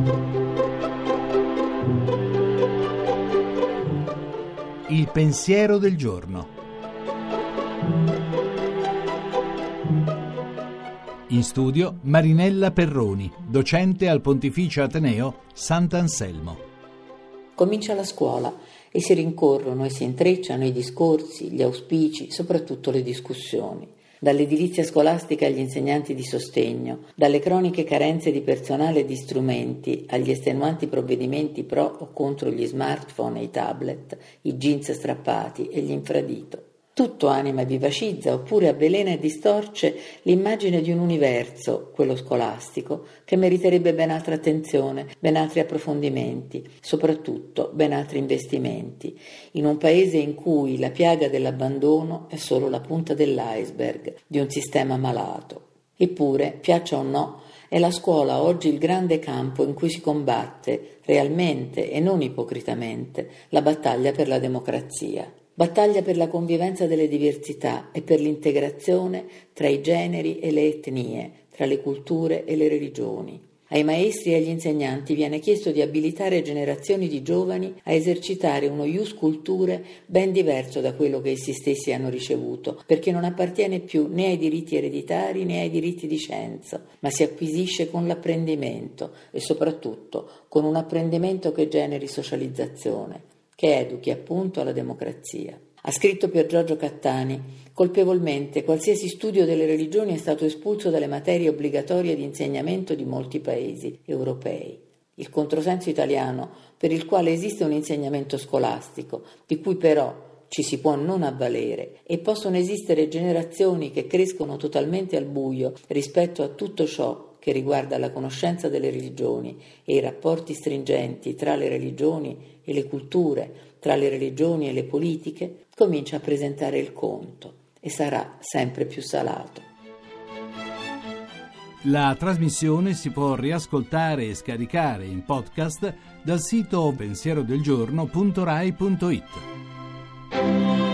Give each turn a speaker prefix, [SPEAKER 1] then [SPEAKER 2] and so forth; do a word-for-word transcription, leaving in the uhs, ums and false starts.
[SPEAKER 1] Il pensiero del giorno. In studio Marinella Perroni, docente al Pontificio Ateneo Sant'Anselmo.
[SPEAKER 2] Comincia la scuola e si rincorrono e si intrecciano i discorsi, gli auspici, soprattutto le discussioni. Dall'edilizia scolastica agli insegnanti di sostegno, dalle croniche carenze di personale e di strumenti, agli estenuanti provvedimenti pro o contro gli smartphone e i tablet, i jeans strappati e gli infradito. Tutto anima e vivacizza oppure avvelena e distorce l'immagine di un universo, quello scolastico, che meriterebbe ben altra attenzione, ben altri approfondimenti, soprattutto ben altri investimenti, in un paese in cui la piaga dell'abbandono è solo la punta dell'iceberg di un sistema malato. Eppure, piaccia o no, è la scuola oggi il grande campo in cui si combatte, realmente e non ipocritamente, la battaglia per la democrazia. Battaglia per la convivenza delle diversità e per l'integrazione tra i generi e le etnie, tra le culture e le religioni. Ai maestri e agli insegnanti viene chiesto di abilitare generazioni di giovani a esercitare uno ius culturae ben diverso da quello che essi stessi hanno ricevuto, perché non appartiene più né ai diritti ereditari né ai diritti di scienza, ma si acquisisce con l'apprendimento e soprattutto con un apprendimento che generi socializzazione, che educhi appunto alla democrazia. Ha scritto Pier Giorgio Cattani: colpevolmente qualsiasi studio delle religioni è stato espulso dalle materie obbligatorie di insegnamento di molti paesi europei. Il controsenso italiano, per il quale esiste un insegnamento scolastico, di cui però ci si può non avvalere e possono esistere generazioni che crescono totalmente al buio rispetto a tutto ciò che riguarda la conoscenza delle religioni e i rapporti stringenti tra le religioni e le culture, tra le religioni e le politiche, comincia a presentare il conto e sarà sempre più salato.
[SPEAKER 1] La trasmissione si può riascoltare e scaricare in podcast dal sito pensierodelgiorno punto rai punto it.